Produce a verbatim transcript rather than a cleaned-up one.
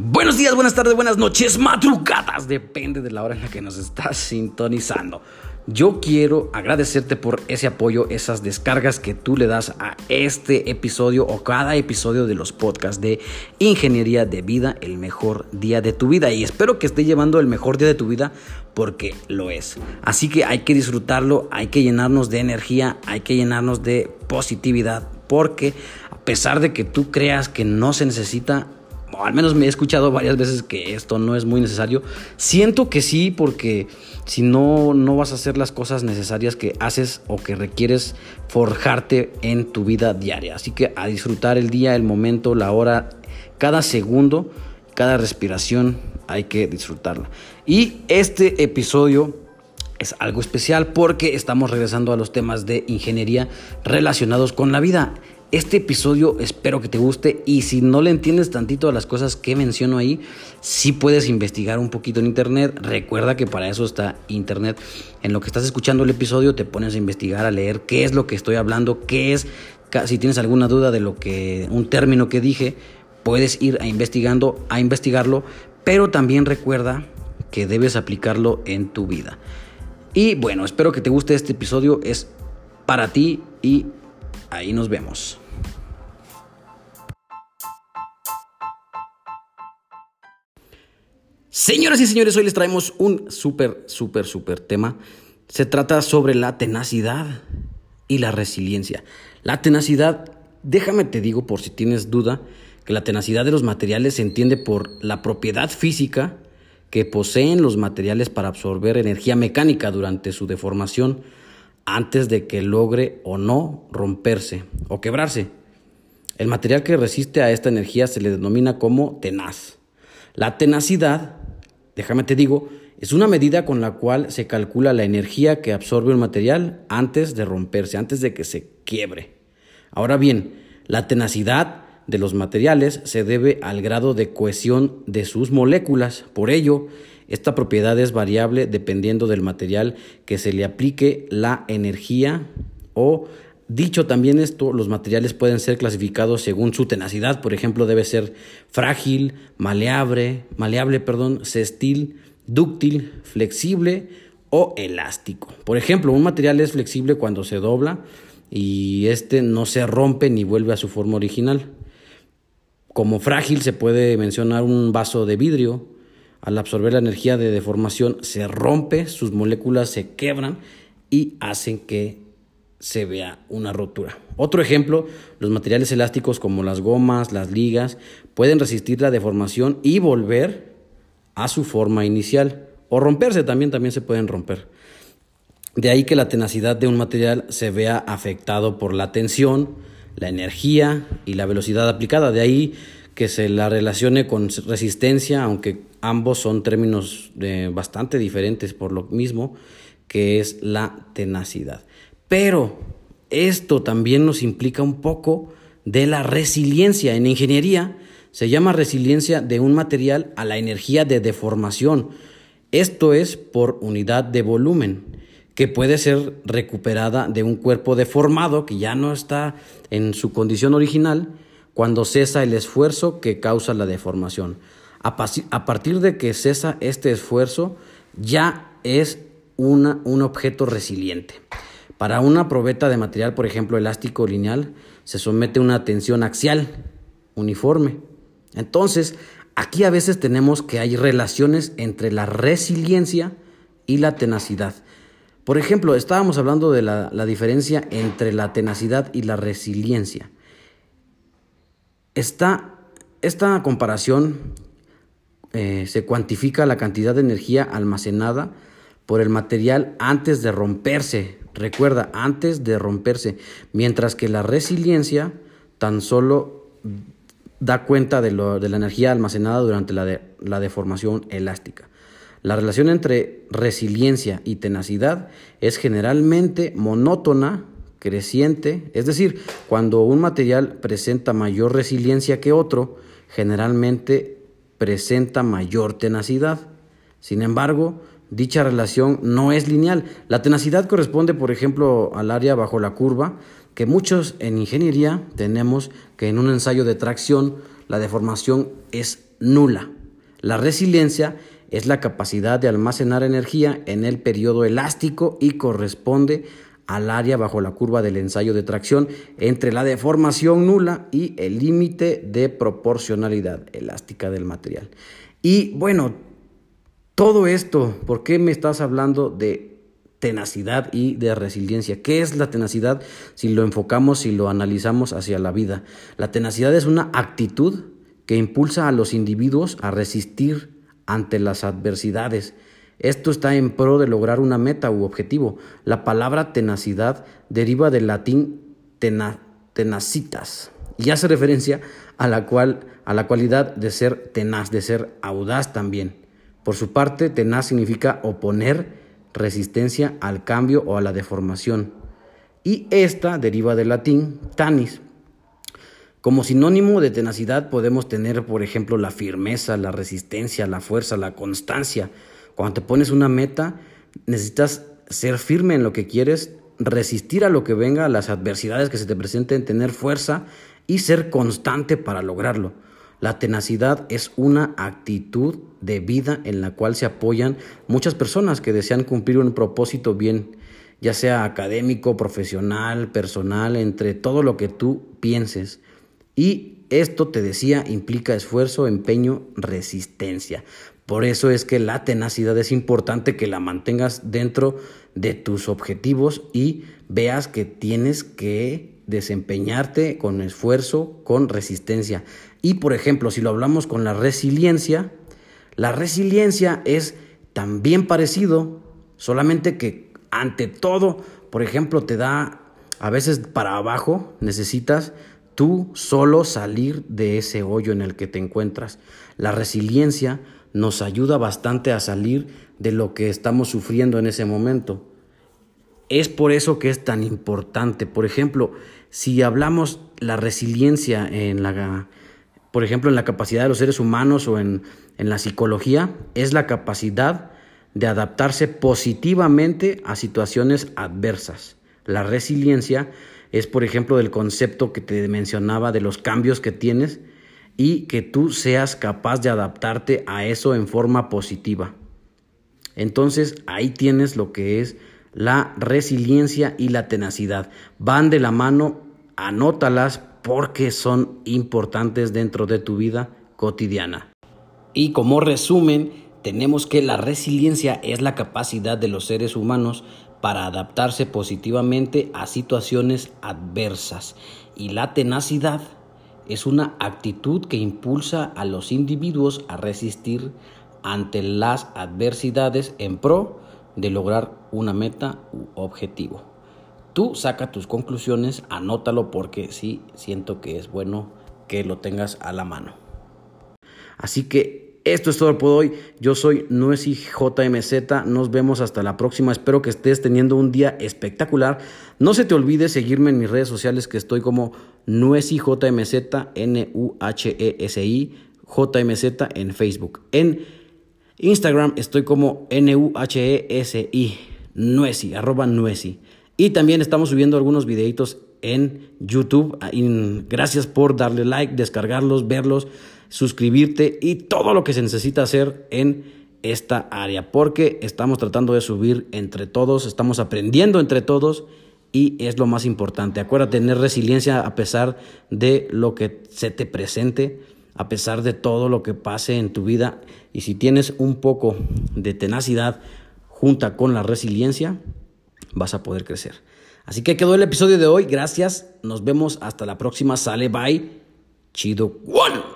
Buenos días, buenas tardes, buenas noches, madrugadas, depende de la hora en la que nos estás sintonizando. Yo quiero agradecerte por ese apoyo, esas descargas que tú le das a este episodio o cada episodio de los podcasts de Ingeniería de Vida, el mejor día de tu vida. Y espero que esté llevando el mejor día de tu vida porque lo es. Así que hay que disfrutarlo, hay que llenarnos de energía, hay que llenarnos de positividad, porque a pesar de que tú creas que no se necesita, o al menos me he escuchado varias veces que esto no es muy necesario, siento que sí, porque si no, no vas a hacer las cosas necesarias que haces o que requieres forjarte en tu vida diaria. Así que a disfrutar el día, el momento, la hora, cada segundo, cada respiración, hay que disfrutarla. Y este episodio es algo especial porque estamos regresando a los temas de ingeniería relacionados con la vida. Este episodio espero que te guste, y si no le entiendes tantito a las cosas que menciono ahí, sí puedes investigar un poquito en internet. Recuerda que para eso está internet. En lo que estás escuchando el episodio te pones a investigar, a leer qué es lo que estoy hablando, qué es, si tienes alguna duda de lo que, un término que dije, puedes ir a investigando, a investigarlo, pero también recuerda que debes aplicarlo en tu vida. Y bueno, espero que te guste este episodio, es para ti y ahí nos vemos. Señoras y señores, hoy les traemos un súper, súper, súper tema. Se trata sobre la tenacidad y la resiliencia. La tenacidad, déjame te digo por si tienes duda, que la tenacidad de los materiales se entiende por la propiedad física que poseen los materiales para absorber energía mecánica durante su deformación antes de que logre o no romperse o quebrarse. El material que resiste a esta energía se le denomina como tenaz. La tenacidad, déjame te digo, es una medida con la cual se calcula la energía que absorbe un material antes de romperse, antes de que se quiebre. Ahora bien, la tenacidad de los materiales se debe al grado de cohesión de sus moléculas. Por ello, esta propiedad es variable dependiendo del material que se le aplique la energía, o dicho también esto, los materiales pueden ser clasificados según su tenacidad. Por ejemplo, debe ser frágil, maleable, maleable, perdón, sestil, dúctil, flexible o elástico. Por ejemplo, un material es flexible cuando se dobla y este no se rompe ni vuelve a su forma original. Como frágil se puede mencionar un vaso de vidrio. Al absorber la energía de deformación se rompe, sus moléculas se quebran y hacen que se vea una rotura. Otro ejemplo, los materiales elásticos como las gomas, las ligas, pueden resistir la deformación y volver a su forma inicial, o romperse también, también se pueden romper. De ahí que la tenacidad de un material se vea afectado por la tensión, la energía y la velocidad aplicada. De ahí que se la relacione con resistencia, aunque ambos son términos eh, bastante diferentes por lo mismo que es la tenacidad. Pero esto también nos implica un poco de la resiliencia. En ingeniería se llama resiliencia de un material a la energía de deformación. Esto es por unidad de volumen, que puede ser recuperada de un cuerpo deformado que ya no está en su condición original cuando cesa el esfuerzo que causa la deformación. A, pas- a partir de que cesa este esfuerzo, ya es una, un objeto resiliente. Para una probeta de material, por ejemplo, elástico o lineal, se somete a una tensión axial uniforme. Entonces, aquí a veces tenemos que hay relaciones entre la resiliencia y la tenacidad. Por ejemplo, estábamos hablando de la, la diferencia entre la tenacidad y la resiliencia. Esta, esta comparación eh, se cuantifica la cantidad de energía almacenada por el material antes de romperse. Recuerda, antes de romperse. Mientras que la resiliencia tan solo da cuenta de, lo, de la energía almacenada durante la, de, la deformación elástica. La relación entre resiliencia y tenacidad es generalmente monótona, creciente, es decir, cuando un material presenta mayor resiliencia que otro, generalmente presenta mayor tenacidad. Sin embargo, dicha relación no es lineal. La tenacidad corresponde, por ejemplo, al área bajo la curva, que muchos en ingeniería tenemos que en un ensayo de tracción la deformación es nula. La resiliencia es la capacidad de almacenar energía en el periodo elástico y corresponde al área bajo la curva del ensayo de tracción entre la deformación nula y el límite de proporcionalidad elástica del material. Y bueno, todo esto, ¿por qué me estás hablando de tenacidad y de resiliencia? ¿Qué es la tenacidad si lo enfocamos, si lo analizamos hacia la vida? La tenacidad es una actitud que impulsa a los individuos a resistir ante las adversidades. Esto está en pro de lograr una meta u objetivo. La palabra tenacidad deriva del latín tena, tenacitas y hace referencia a la, cual, a la cualidad de ser tenaz, de ser audaz también. Por su parte, tenaz significa oponer resistencia al cambio o a la deformación. Y esta deriva del latín tanis. Como sinónimo de tenacidad podemos tener, por ejemplo, la firmeza, la resistencia, la fuerza, la constancia. Cuando te pones una meta, necesitas ser firme en lo que quieres, resistir a lo que venga, a las adversidades que se te presenten, tener fuerza y ser constante para lograrlo. La tenacidad es una actitud de vida en la cual se apoyan muchas personas que desean cumplir un propósito bien, ya sea académico, profesional, personal, entre todo lo que tú pienses. Y esto, te decía, implica esfuerzo, empeño, resistencia. Por eso es que la tenacidad es importante que la mantengas dentro de tus objetivos y veas que tienes que desempeñarte con esfuerzo, con resistencia. Y por ejemplo, si lo hablamos con la resiliencia, la resiliencia es también parecido, solamente que ante todo, por ejemplo, te da a veces para abajo, necesitas tú solo salir de ese hoyo en el que te encuentras. La resiliencia nos ayuda bastante a salir de lo que estamos sufriendo en ese momento. Es por eso que es tan importante. Por ejemplo, si hablamos la resiliencia en la, por ejemplo, en la capacidad de los seres humanos o en, en la psicología, es la capacidad de adaptarse positivamente a situaciones adversas. La resiliencia es, por ejemplo, del concepto que te mencionaba de los cambios que tienes y que tú seas capaz de adaptarte a eso en forma positiva. Entonces, ahí tienes lo que es la resiliencia y la tenacidad. Van de la mano, anótalas porque son importantes dentro de tu vida cotidiana. Y como resumen, tenemos que la resiliencia es la capacidad de los seres humanos para adaptarse positivamente a situaciones adversas. Y la tenacidad es una actitud que impulsa a los individuos a resistir ante las adversidades en pro de lograr una meta u objetivo. Tú saca tus conclusiones, anótalo porque sí siento que es bueno que lo tengas a la mano. Así que esto es todo por hoy. Yo soy Nuesi J M Z. Nos vemos hasta la próxima. Espero que estés teniendo un día espectacular. No se te olvide seguirme en mis redes sociales, que estoy como Nuesi J M Z, N U H E S I J M Z en Facebook. En Instagram estoy como N U H E S I, Nuesi, arroba Nuesi. Y también estamos subiendo algunos videitos en YouTube. Gracias por darle like, descargarlos, verlos, suscribirte y todo lo que se necesita hacer en esta área, porque estamos tratando de subir entre todos, estamos aprendiendo entre todos y es lo más importante. Acuérdate, tener resiliencia a pesar de lo que se te presente, a pesar de todo lo que pase en tu vida. Y si tienes un poco de tenacidad junta con la resiliencia, vas a poder crecer. Así que quedó el episodio de hoy. Gracias. Nos vemos hasta la próxima. Sale, bye. Chido. One.